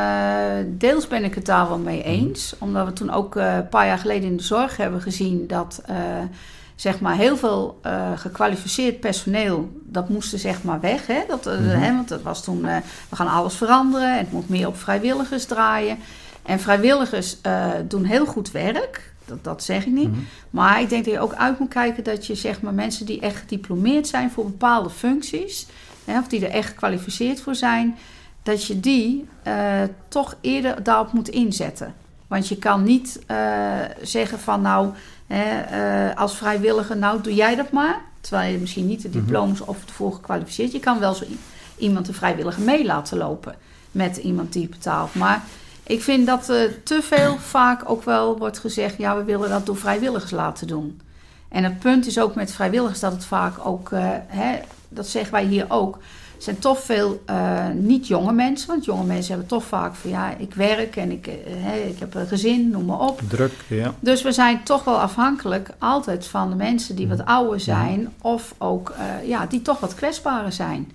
Uh, deels ben ik het daar wel mee eens. Mm. Omdat we toen ook uh, een paar jaar geleden in de zorg hebben gezien dat uh, zeg maar heel veel uh, gekwalificeerd personeel, dat moest er zeg maar weg. Hè? Dat, uh, mm-hmm. hè, want dat was toen, uh, we gaan alles veranderen. Het moet meer op vrijwilligers draaien. En vrijwilligers uh, doen heel goed werk. Dat, dat zeg ik niet. Mm-hmm. Maar ik denk dat je ook uit moet kijken dat je zeg maar mensen die echt gediplomeerd zijn voor bepaalde functies, hè, of die er echt gekwalificeerd voor zijn, dat je die uh, toch eerder daarop moet inzetten. Want je kan niet uh, zeggen van nou, hè, uh, als vrijwilliger, nou doe jij dat maar. Terwijl je misschien niet de diploma's mm-hmm. of ervoor gekwalificeerd. Je kan wel zo i- iemand een vrijwilliger mee laten lopen met iemand die betaalt. Maar ik vind dat uh, te veel vaak ook wel wordt gezegd, ja, we willen dat door vrijwilligers laten doen. En het punt is ook met vrijwilligers dat het vaak ook, uh, hè, dat zeggen wij hier ook, er zijn toch veel uh, niet jonge mensen. Want jonge mensen hebben toch vaak van ja, ik werk en ik, uh, hey, ik heb een gezin, noem maar op. Druk, ja. Dus we zijn toch wel afhankelijk altijd van de mensen die wat ouder zijn. Ja. Of ook, uh, ja, die toch wat kwetsbarer zijn.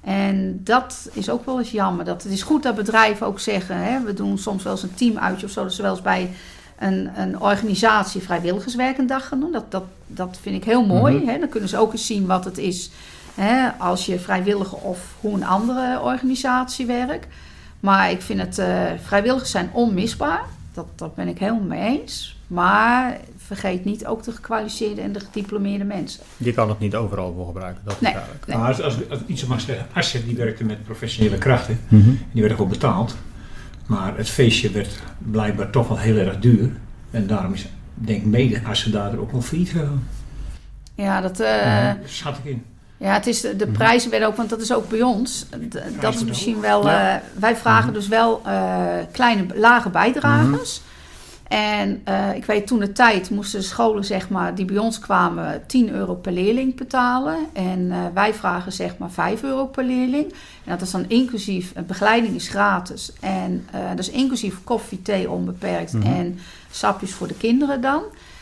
En dat is ook wel eens jammer. Dat, het is goed dat bedrijven ook zeggen, hè, we doen soms wel eens een teamuitje of zo. Dat ze wel eens bij een, een organisatie vrijwilligerswerk een dag gaan doen. Dat, dat, dat vind ik heel mooi. Mm-hmm. Hè? Dan kunnen ze ook eens zien wat het is. Hè, als je vrijwilliger of hoe een andere organisatie werkt. Maar ik vind het, uh, vrijwilligers zijn onmisbaar. Dat, dat ben ik helemaal mee eens. Maar vergeet niet ook de gekwalificeerde en de gediplomeerde mensen. Je kan het niet overal voor gebruiken, dat is nee, duidelijk. Nee. Maar als, als, als ik iets mag zeggen, Asset die werkte met professionele krachten. Mm-hmm. Die werden ook betaald. Maar het feestje werd blijkbaar toch wel heel erg duur. En daarom is, denk ik, mede Asset daar ook wel failliet gegaan. Ja, dat... Uh, ja, schat ik in. Ja, het is de, de prijzen werden ook, want dat is ook bij ons. D, dat is misschien wel... Ja. Uh, wij vragen mm-hmm. dus wel uh, kleine, lage bijdragers. Mm-hmm. En uh, ik weet toen de tijd moesten de scholen, zeg maar, die bij ons kwamen, tien euro per leerling betalen. En uh, wij vragen zeg maar vijf euro per leerling. En dat is dan inclusief, uh, begeleiding is gratis. En uh, dat is inclusief koffie, thee onbeperkt mm-hmm. en sapjes voor de kinderen dan.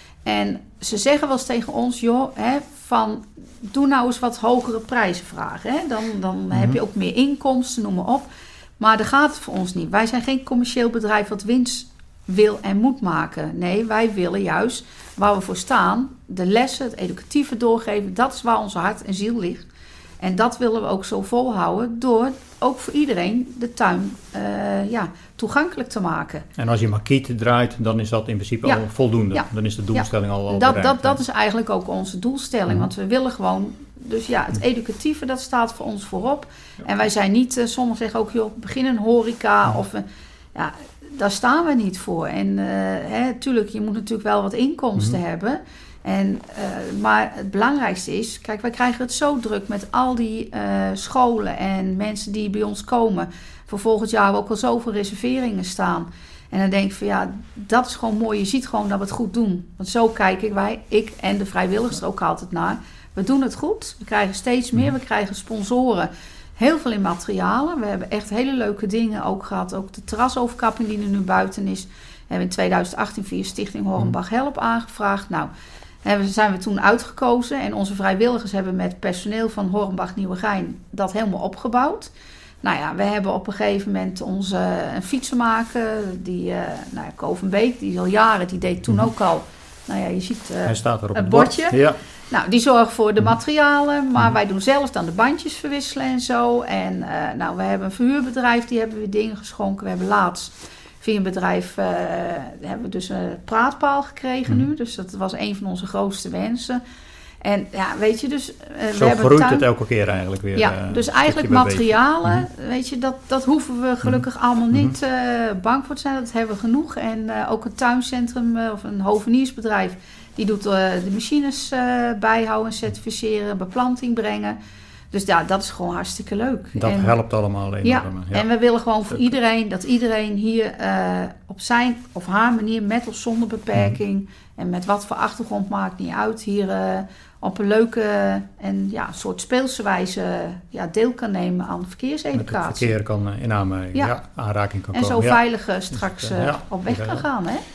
En ze zeggen wel eens tegen ons, joh, hè, van doe nou eens wat hogere prijzen vragen. Hè? Dan, dan mm-hmm. heb je ook meer inkomsten, noem maar op. Maar daar gaat het voor ons niet. Wij zijn geen commercieel bedrijf wat winst wil en moet maken. Nee, wij willen juist, waar we voor staan, de lessen, het educatieve doorgeven, dat is waar onze hart en ziel ligt. En dat willen we ook zo volhouden door ook voor iedereen de tuin uh, ja, toegankelijk te maken. En als je makiet draait, dan is dat in principe ja. al voldoende. Ja. Dan is de doelstelling ja. al, al dat, bereikt. Dat, dat is eigenlijk ook onze doelstelling. Mm. Want we willen gewoon... Dus ja, het educatieve, dat staat voor ons voorop. Ja. En wij zijn niet... Uh, sommigen zeggen ook, joh, begin een horeca. Mm. Of, uh, ja, daar staan we niet voor. En uh, hè, tuurlijk, je moet natuurlijk wel wat inkomsten mm. hebben. En, uh, maar het belangrijkste is... Kijk, wij krijgen het zo druk met al die uh, scholen en mensen die bij ons komen. Voor volgend jaar hebben we ook al zoveel reserveringen staan. En dan denk ik van ja, dat is gewoon mooi. Je ziet gewoon dat we het goed doen. Want zo kijken wij, ik en de vrijwilligers er ook altijd naar. We doen het goed. We krijgen steeds meer. We krijgen sponsoren. Heel veel in materialen. We hebben echt hele leuke dingen ook gehad. Ook de terrasoverkapping die er nu buiten is. We hebben in tweeduizend achttien via Stichting Hornbach Help aangevraagd. Nou, daar zijn we toen uitgekozen. En onze vrijwilligers hebben met personeel van Hornbach Nieuwegein dat helemaal opgebouwd. Nou ja, we hebben op een gegeven moment onze een fietsenmaker, die, uh, nou ja, Kovenbeek, die is al jaren, die deed toen ook al, nou ja, je ziet uh, Hij staat er op het bordje. Bord. Ja. Nou, die zorgen voor de materialen, maar wij doen zelf dan de bandjes verwisselen en zo. En uh, nou, we hebben een verhuurbedrijf, die hebben we dingen geschonken. We hebben laatst via een bedrijf, uh, hebben we dus een praatpaal gekregen mm. nu. Dus dat was een van onze grootste wensen. En ja, weet je, dus... Uh, Zo we hebben groeit tuin... het elke keer eigenlijk weer. Ja, uh, dus eigenlijk materialen, mm-hmm. weet je, dat, dat hoeven we gelukkig mm-hmm. allemaal niet uh, bang voor te zijn. Dat hebben we genoeg. En uh, ook een tuincentrum uh, of een hoveniersbedrijf, die doet uh, de machines uh, bijhouden, certificeren, beplanting brengen. Dus ja, dat is gewoon hartstikke leuk. Dat en, helpt allemaal enorm. Ja, ja, en we willen gewoon voor iedereen, dat iedereen hier uh, op zijn of haar manier, met of zonder beperking, mm. en met wat voor achtergrond maakt niet uit, hier uh, op een leuke en ja, soort speelse wijze ja, deel kan nemen aan verkeerseducatie. Met het verkeer kan in aanmerking, ja. ja, aanraking kan en komen. En zo ja. veilig uh, straks uh, ja. op weg kan gaan, hè?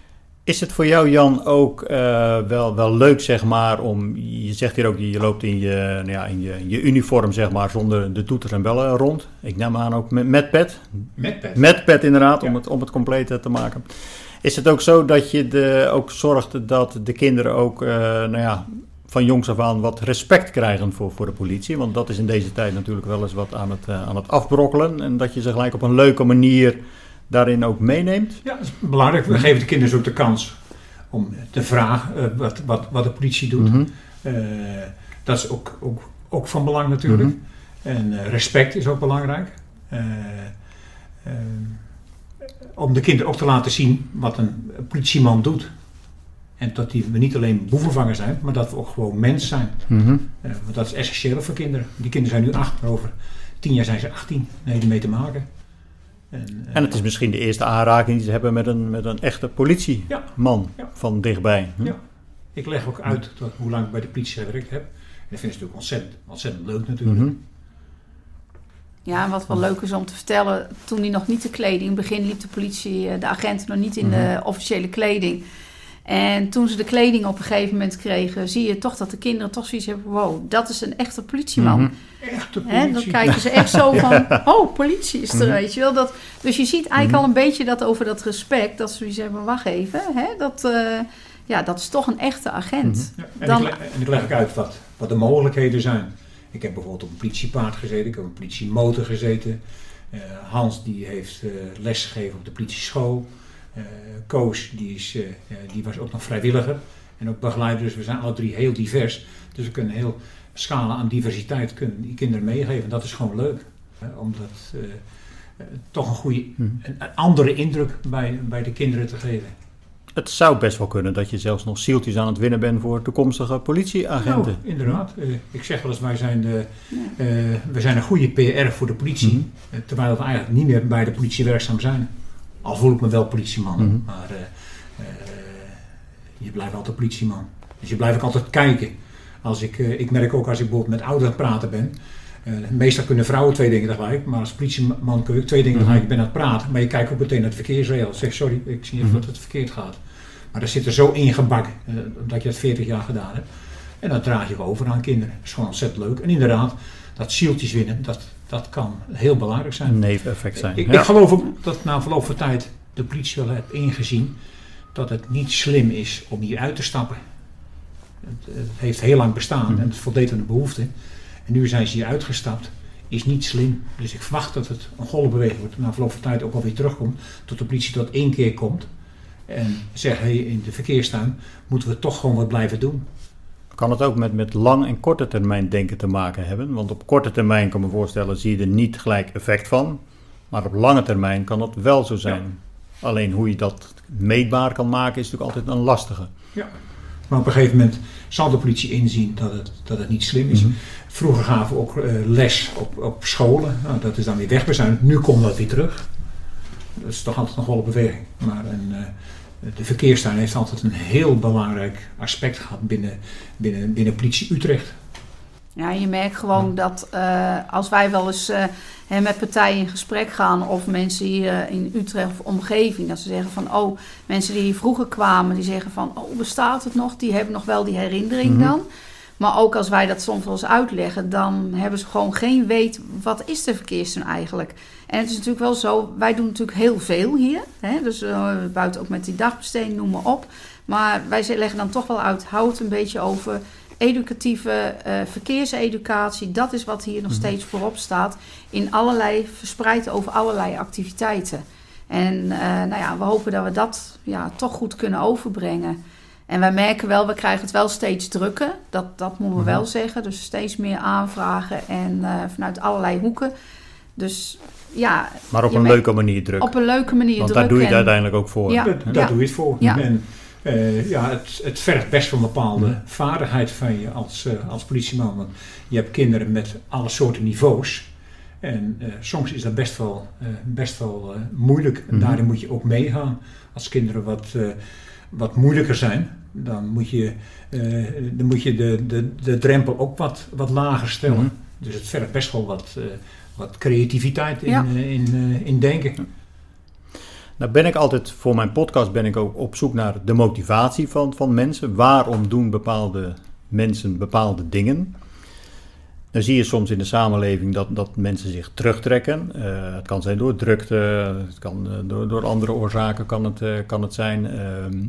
Is het voor jou, Jan, ook uh, wel, wel leuk, zeg maar, om... Je zegt hier ook, je loopt in je, nou ja, in je, in je uniform, zeg maar, zonder de toeters en bellen rond. Ik neem aan ook met, met pet. Met pet. Met pet, inderdaad, ja. om, het, om het compleet te maken. Is het ook zo dat je de, ook zorgt dat de kinderen ook, uh, nou ja, van jongs af aan wat respect krijgen voor, voor de politie? Want dat is in deze tijd natuurlijk wel eens wat aan het, uh, aan het afbrokkelen. En dat je ze gelijk op een leuke manier daarin ook meeneemt? Ja, dat is belangrijk. We geven de kinderen ook de kans om te vragen uh, wat, wat, wat de politie doet. Mm-hmm. Uh, dat is ook, ook, ook van belang natuurlijk. Mm-hmm. En uh, respect is ook belangrijk. Uh, uh, om de kinderen ook te laten zien wat een politieman doet. En dat die, we niet alleen boevenvanger zijn, maar dat we ook gewoon mens zijn. Mm-hmm. Uh, want dat is essentieel voor kinderen. Die kinderen zijn nu acht, maar over tien jaar zijn ze achttien. Daar heeft mee te maken. En, uh, en het is misschien de eerste aanraking die ze hebben met een, met een echte politieman ja, ja. van dichtbij. Hm? Ja. Ik leg ook uit tot hoe lang ik bij de politie gewerkt heb. En dat vinden ze natuurlijk ontzettend, ontzettend leuk natuurlijk. Mm-hmm. Ja, en wat wel leuk is om te vertellen, toen die nog niet de kleding, in het begin liep de politie, de agenten nog niet in mm-hmm. de officiële kleding. En toen ze de kleding op een gegeven moment kregen, zie je toch dat de kinderen toch zoiets hebben, wow, dat is een echte politieman. Mm-hmm. Echte politie. He, dan kijken ze echt zo van, oh, politie is er, mm-hmm. weet je wel. Dat, dus je ziet eigenlijk mm-hmm. al een beetje dat over dat respect, dat ze zoiets hebben, wacht even, hè, dat, uh, ja, dat is toch een echte agent. Mm-hmm. Ja, en, dan, ik leg, en ik leg ook uit wat, wat de mogelijkheden zijn. Ik heb bijvoorbeeld op een politiepaard gezeten, ik heb op een politiemotor gezeten. Uh, Hans die heeft uh, les gegeven op de politieschool. Uh, Koos die, is, uh, die was ook nog vrijwilliger en ook begeleider, dus we zijn alle drie heel divers. Dus we kunnen een heel scala aan diversiteit kunnen die kinderen meegeven. En dat is gewoon leuk, uh, omdat uh, uh, toch een goede, hmm. een, een andere indruk bij, bij de kinderen te geven. Het zou best wel kunnen dat je zelfs nog zieltjes aan het winnen bent voor toekomstige politieagenten. Nou, inderdaad. Uh, ik zeg wel eens, wij zijn, de, uh, wij zijn een goede P R voor de politie. Mm-hmm. Uh, terwijl we eigenlijk niet meer bij de politie werkzaam zijn. Al voel ik me wel politieman. Mm-hmm. Maar uh, uh, je blijft altijd politieman. Dus je blijft ook altijd kijken. Als ik, uh, ik merk ook als ik bijvoorbeeld met ouderen aan het praten ben. Uh, meestal kunnen vrouwen twee dingen tegelijk. Maar als politieman kun je ook twee dingen tegelijk. Mm-hmm. Ik ben aan het praten. Maar je kijkt ook meteen naar de verkeersregels. Zeg sorry, ik zie even mm-hmm. dat het verkeerd gaat. Maar dat zit er zo ingebakken, uh, omdat je het veertig jaar gedaan hebt. En dat draag je over aan kinderen. Dat is gewoon ontzettend leuk. En inderdaad, dat zieltjes winnen, dat, dat kan heel belangrijk zijn. Een neveneffect zijn. Ik, ja. ik geloof ook dat na verloop van tijd de politie wel heeft ingezien dat het niet slim is om hier uit te stappen. Het, het heeft heel lang bestaan mm. en het voldeed aan de behoefte. En nu zijn ze hier uitgestapt. Is niet slim. Dus ik verwacht dat het een golfbeweging wordt. Na verloop van tijd ook alweer terugkomt. Tot de politie tot één keer komt. En zeggen, hey, in de verkeerstuin moeten we toch gewoon wat blijven doen. Kan het ook met, met lang- en korte termijn denken te maken hebben? Want op korte termijn kan ik me voorstellen, zie je er niet gelijk effect van. Maar op lange termijn kan dat wel zo zijn. Ja. Alleen hoe je dat meetbaar kan maken is natuurlijk altijd een lastige. Ja, maar op een gegeven moment zal de politie inzien dat het, dat het niet slim is. Mm-hmm. Vroeger gaven we ook uh, les op, op scholen. Nou, dat is dan weer wegbezuinigd. Nu komt dat weer terug. Dat is toch altijd nog wel een beweging. Maar een, uh, de verkeerstuin heeft altijd een heel belangrijk aspect gehad binnen, binnen, binnen politie Utrecht. Ja, je merkt gewoon dat uh, als wij wel eens uh, met partijen in gesprek gaan of mensen hier uh, in Utrecht of omgeving, dat ze zeggen van, oh, mensen die hier vroeger kwamen, die zeggen van, oh, bestaat het nog? Die hebben nog wel die herinnering mm-hmm. dan. Maar ook als wij dat soms wel eens uitleggen, dan hebben ze gewoon geen weet, wat is de verkeerstuin eigenlijk? En het is natuurlijk wel zo, wij doen natuurlijk heel veel hier. Hè? Dus uh, buiten ook met die dagbesteding, noem maar op. Maar wij leggen dan toch wel uit, houdt een beetje over educatieve uh, verkeerseducatie. Dat is wat hier nog steeds voorop staat. In allerlei, verspreid over allerlei activiteiten. En uh, nou ja, we hopen dat we dat ja, toch goed kunnen overbrengen. En wij merken wel, we krijgen het wel steeds drukker. Dat, dat moeten we wel zeggen. Dus steeds meer aanvragen en uh, vanuit allerlei hoeken. Dus ja. Maar op een merkt, leuke manier druk. Op een leuke manier Want druk. daar doe je het en, uiteindelijk ook voor. Ja, dat, daar ja. doe je het voor. Ja. En uh, ja, het, het vergt best wel een bepaalde mm. vaardigheid van je als, uh, als politieman. Want je hebt kinderen met alle soorten niveaus. En uh, soms is dat best wel, uh, best wel uh, moeilijk. En mm. daarin moet je ook meegaan. Als kinderen wat, uh, wat moeilijker zijn, dan moet je, uh, dan moet je de, de, de drempel ook wat, wat lager stellen. Mm. Dus het vergt best wel wat, uh, wat creativiteit in, ja. uh, in, uh, in denken. Nou ben ik altijd, voor mijn podcast ben ik ook op zoek naar de motivatie van, van mensen. Waarom doen bepaalde mensen bepaalde dingen? Dan zie je soms in de samenleving dat, dat mensen zich terugtrekken. Uh, het kan zijn door drukte, het kan, uh, door, door andere oorzaken kan het, uh, kan het zijn. Uh,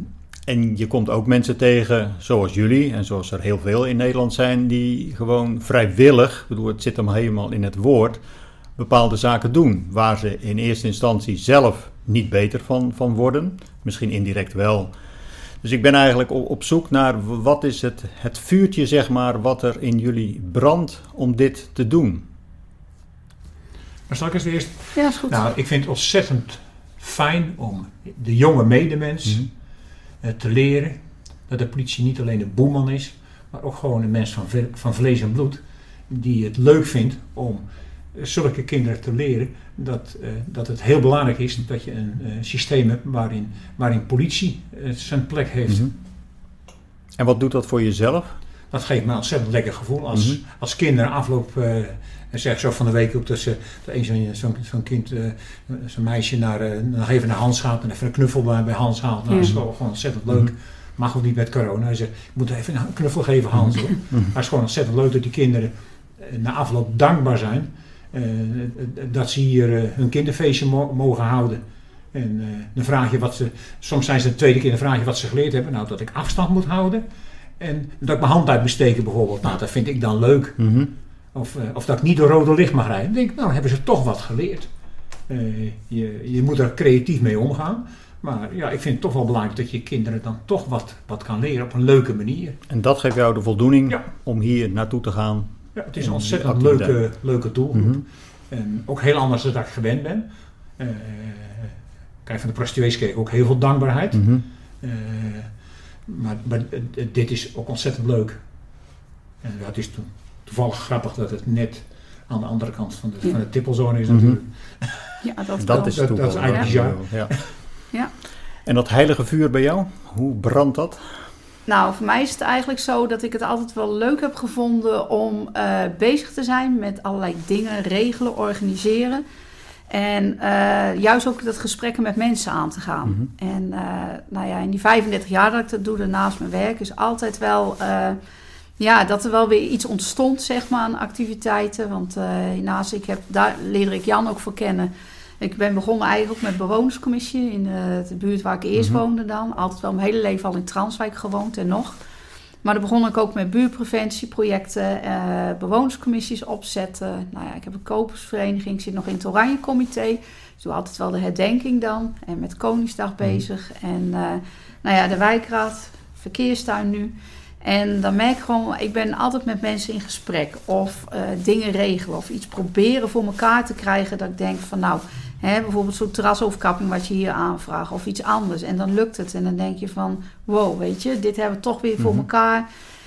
en je komt ook mensen tegen, zoals jullie en zoals er heel veel in Nederland zijn, die gewoon vrijwillig, ik bedoel, het zit hem helemaal in het woord, bepaalde zaken doen. Waar ze in eerste instantie zelf niet beter van, van worden. Misschien indirect wel. Dus ik ben eigenlijk op, op zoek naar wat is het, het vuurtje, zeg maar, wat er in jullie brandt om dit te doen. Maar zal ik eens eerst? Ja, is goed. Nou, ik vind het ontzettend fijn om de jonge medemens mm-hmm. uh, te leren dat de politie niet alleen een boeman is, maar ook gewoon een mens van, ve- van vlees en bloed, die het leuk vindt om uh, zulke kinderen te leren dat, uh, dat het heel belangrijk is dat je een uh, systeem hebt waarin, waarin politie uh, zijn plek heeft. Mm-hmm. En wat doet dat voor jezelf? Dat geeft me een ontzettend lekker gevoel. Als, mm-hmm. als kinderen afloop, uh, zeg zo van de week op dat ze dat een zo'n, zo'n, zo'n kind, uh, zo'n meisje naar, uh, nog even naar Hans gaat en even een knuffel bij, bij Hans haalt. Nou, mm-hmm. Dat is gewoon, gewoon ontzettend leuk. Mm-hmm. Mag ook niet met corona. Hij zegt, ik moet even een knuffel geven Hans. Hoor. Mm-hmm. Maar het is gewoon ontzettend leuk dat die kinderen uh, na afloop dankbaar zijn. Uh, dat ze hier uh, hun kinderfeestje mo- mogen houden. En uh, dan vraag je wat ze, soms zijn ze de tweede keer, dan vraag je wat ze geleerd hebben. Nou, dat ik afstand moet houden. En dat ik mijn hand uit besteken bijvoorbeeld. Nou, dat vind ik dan leuk. Mm-hmm. Of, uh, of dat ik niet door rode licht mag rijden. Dan denk ik, nou hebben ze toch wat geleerd. Uh, je, je moet er creatief mee omgaan. Maar ja, ik vind het toch wel belangrijk dat je kinderen dan toch wat, wat kan leren op een leuke manier. En dat geeft jou de voldoening ja. om hier naartoe te gaan. Ja, het is een ontzettend leuke, leuke doelgroep. Mm-hmm. En ook heel anders dan dat ik gewend ben. Uh, kijk, van de prostituees kreeg ik ook heel veel dankbaarheid. Mm-hmm. Uh, maar, maar uh, dit is ook ontzettend leuk. En ja, het is to- toevallig grappig dat het net aan de andere kant van de, ja. van de tippelzone is mm-hmm. natuurlijk. Ja, dat, dat is dat, dat is eigenlijk bizar. Ja. Ja. En dat heilige vuur bij jou, hoe brandt dat? Nou, voor mij is het eigenlijk zo dat ik het altijd wel leuk heb gevonden om uh, bezig te zijn met allerlei dingen, regelen, organiseren. En uh, juist ook dat gesprekken met mensen aan te gaan. Mm-hmm. En uh, nou ja, in die vijfendertig jaar dat ik dat doe, naast mijn werk, is altijd wel... Uh, ja, dat er wel weer iets ontstond, zeg maar, aan activiteiten. Want uh, naast, ik heb, daar leerde ik Jan ook voor kennen. Ik ben begonnen eigenlijk ook met bewonerscommissie in de, de buurt waar ik eerst mm-hmm. woonde dan. Altijd wel mijn hele leven al in Transwijk gewoond en nog. Maar dan begon ik ook met buurtpreventieprojecten, uh, bewonerscommissies opzetten. Nou ja, ik heb een kopersvereniging, ik zit nog in het Oranje Comité. Dus doe altijd wel de herdenking dan. En met Koningsdag bezig. En uh, nou ja, de wijkraad, verkeerstuin nu. En dan merk ik gewoon, ik ben altijd met mensen in gesprek. Of uh, dingen regelen of iets proberen voor elkaar te krijgen. Dat ik denk van nou, hè, bijvoorbeeld zo'n terrasoverkapping wat je hier aanvraagt. Of iets anders. En dan lukt het. En dan denk je van wow, weet je, dit hebben we toch weer voor elkaar.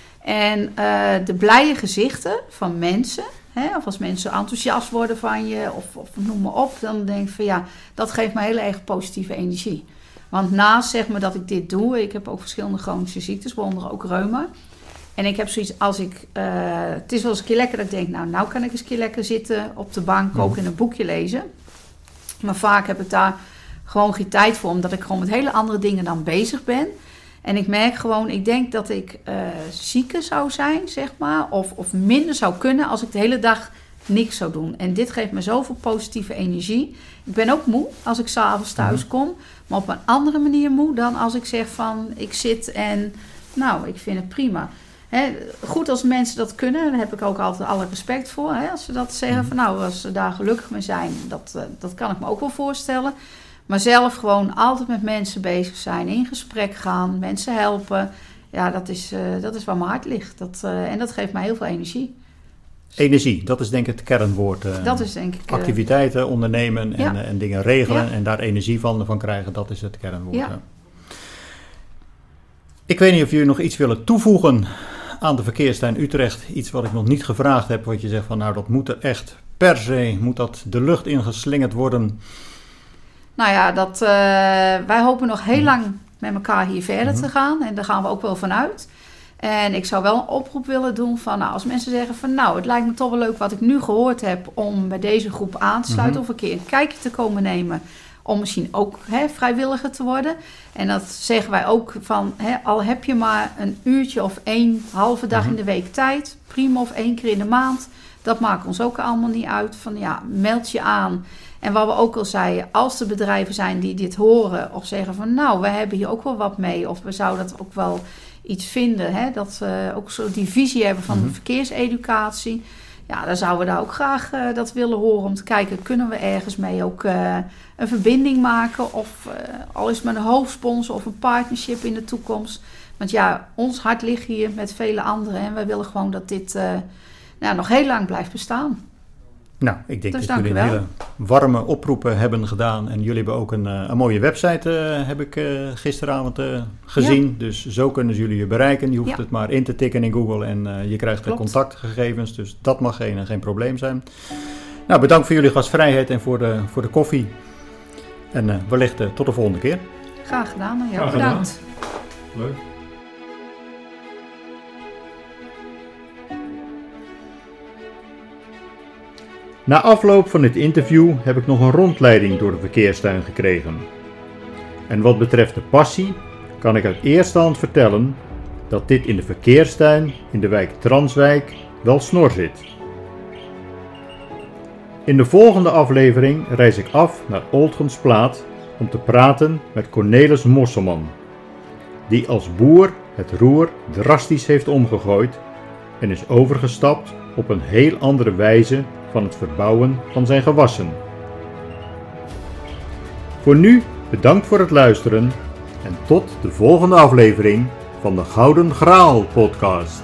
En uh, de blije gezichten van mensen. Hè, of als mensen enthousiast worden van je. Of, of noem maar op. Dan denk ik van ja, dat geeft me heel erg positieve energie. Want naast zeg maar dat ik dit doe, ik heb ook verschillende chronische ziektes, waaronder ook reuma. En ik heb zoiets als ik, uh, het is wel eens een keer lekker dat ik denk, nou, nou kan ik eens een keer lekker zitten op de bank, ook in een boekje lezen. Maar vaak heb ik daar gewoon geen tijd voor, omdat ik gewoon met hele andere dingen dan bezig ben. En ik merk gewoon, ik denk dat ik uh, zieker zou zijn, zeg maar, of, of minder zou kunnen als ik de hele dag niks zou doen. En dit geeft me zoveel positieve energie. Ik ben ook moe als ik 's avonds thuis kom. Maar op een andere manier moe dan als ik zeg van ik zit en nou, ik vind het prima. He, goed als mensen dat kunnen, daar heb ik ook altijd alle respect voor. He, als ze dat zeggen van nou, als ze daar gelukkig mee zijn, dat, uh, dat kan ik me ook wel voorstellen. Maar zelf gewoon altijd met mensen bezig zijn, in gesprek gaan, mensen helpen. Ja, dat is, uh, dat is waar mijn hart ligt. Dat, uh, en dat geeft mij heel veel energie. Energie, dat is denk ik het kernwoord. Uh, dat is denk ik... Uh, activiteiten ondernemen en, ja. uh, en dingen regelen ja. en daar energie van, van krijgen, dat is het kernwoord. Ja. Ik weet niet of jullie nog iets willen toevoegen aan de Verkeerstuin Utrecht. Iets wat ik nog niet gevraagd heb, wat je zegt van nou dat moet er echt per se, moet dat de lucht ingeslingerd worden. Nou ja, dat, uh, wij hopen nog heel lang met elkaar hier verder mm-hmm. te gaan en daar gaan we ook wel vanuit. En ik zou wel een oproep willen doen van, nou, als mensen zeggen van, nou, het lijkt me toch wel leuk wat ik nu gehoord heb om bij deze groep aan te sluiten mm-hmm. of een keer een kijkje te komen nemen, om misschien ook hè, vrijwilliger te worden. En dat zeggen wij ook van, hè, al heb je maar een uurtje of één halve dag mm-hmm. in de week tijd, prima, of één keer in de maand, dat maakt ons ook allemaal niet uit. Van ja, meld je aan. En wat we ook al zeiden, als er bedrijven zijn die dit horen of zeggen van, nou, we hebben hier ook wel wat mee, of we zouden dat ook wel iets vinden, hè, dat we ook zo die visie hebben van mm-hmm. de verkeerseducatie. Ja, dan zouden we daar ook graag uh, dat willen horen om te kijken, kunnen we ergens mee ook uh, een verbinding maken of uh, al is het met een hoofdsponsor of een partnership in de toekomst. Want ja, ons hart ligt hier met vele anderen en wij willen gewoon dat dit uh, nou, nog heel lang blijft bestaan. Nou, ik denk dus dat jullie een hele warme oproepen hebben gedaan. En jullie hebben ook een, een mooie website, uh, heb ik uh, gisteravond uh, gezien. Ja. Dus zo kunnen ze jullie je bereiken. Je hoeft ja. het maar in te tikken in Google en uh, je krijgt de contactgegevens. Dus dat mag geen, geen probleem zijn. Nou, bedankt voor jullie gastvrijheid en voor de, voor de koffie. En uh, wellicht uh, tot de volgende keer. Graag gedaan, ja, bedankt. Leuk. Na afloop van dit interview heb ik nog een rondleiding door de verkeerstuin gekregen. En wat betreft de passie kan ik uit eerste hand vertellen dat dit in de verkeerstuin in de wijk Transwijk wel snor zit. In de volgende aflevering reis ik af naar Oldgensplaat om te praten met Cornelis Mosselman, die als boer het roer drastisch heeft omgegooid en is overgestapt op een heel andere wijze van het verbouwen van zijn gewassen. Voor nu bedankt voor het luisteren en tot de volgende aflevering van de Gouden Graal podcast.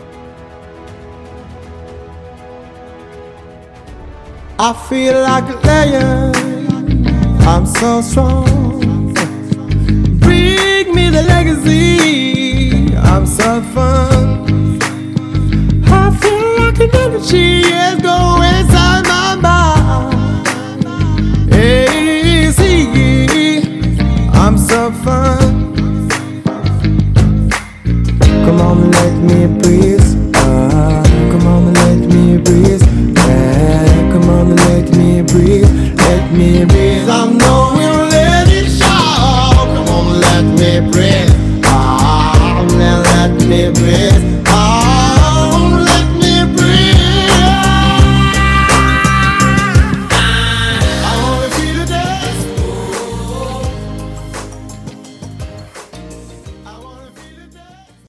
I feel like a lion, I'm so strong. Bring me the legacy, I'm so fun. I feel like an energy is going inside my mind. Hey, see, I'm so fun. Come on, let me breathe. Ah, come on, let me breathe. Yeah, come on, let me breathe. Let me breathe. I know we'll let it show. Come on, let me breathe. Ah, let me breathe.